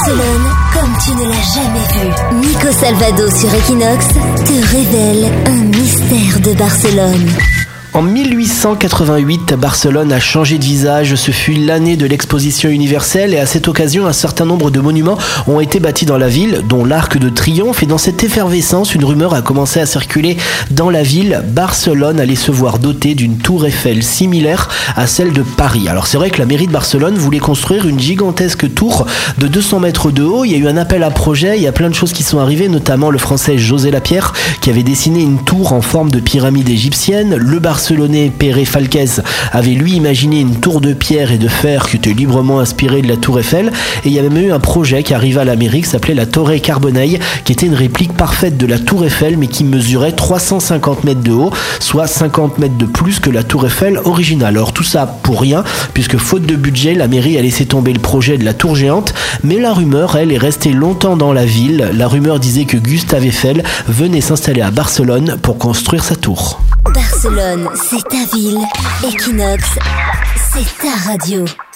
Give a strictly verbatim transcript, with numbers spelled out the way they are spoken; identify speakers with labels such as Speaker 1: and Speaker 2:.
Speaker 1: Barcelone comme tu ne l'as jamais vu. Nico Salvado sur Equinox te révèle un mystère de Barcelone.
Speaker 2: En mille huit cent quatre-vingt-huit, Barcelone a changé de visage. Ce fut l'année de l'exposition universelle et à cette occasion, un certain nombre de monuments ont été bâtis dans la ville, dont l'Arc de Triomphe. Et dans cette effervescence, une rumeur a commencé à circuler dans la ville. Barcelone allait se voir dotée d'une tour Eiffel similaire à celle de Paris. Alors c'est vrai que la mairie de Barcelone voulait construire une gigantesque tour de deux cents mètres de haut. Il y a eu un appel à projet, il y a plein de choses qui sont arrivées, notamment le français José Lapierre qui avait dessiné une tour en forme de pyramide égyptienne. Le Barcelone Barcelonais Pere Falquez avait lui imaginé une tour de pierre et de fer qui était librement inspirée de la tour Eiffel, et il y avait même eu un projet qui arriva à la mairie qui s'appelait la Torre Carbonell, qui était une réplique parfaite de la tour Eiffel mais qui mesurait trois cent cinquante mètres de haut, soit cinquante mètres de plus que la tour Eiffel originale. Alors tout ça pour rien, puisque faute de budget, la mairie a laissé tomber le projet de la tour géante, mais la rumeur, elle, est restée longtemps dans la ville. La rumeur disait que Gustave Eiffel venait s'installer à Barcelone pour construire sa tour.
Speaker 1: Barcelone, c'est ta ville. Equinox, c'est ta radio.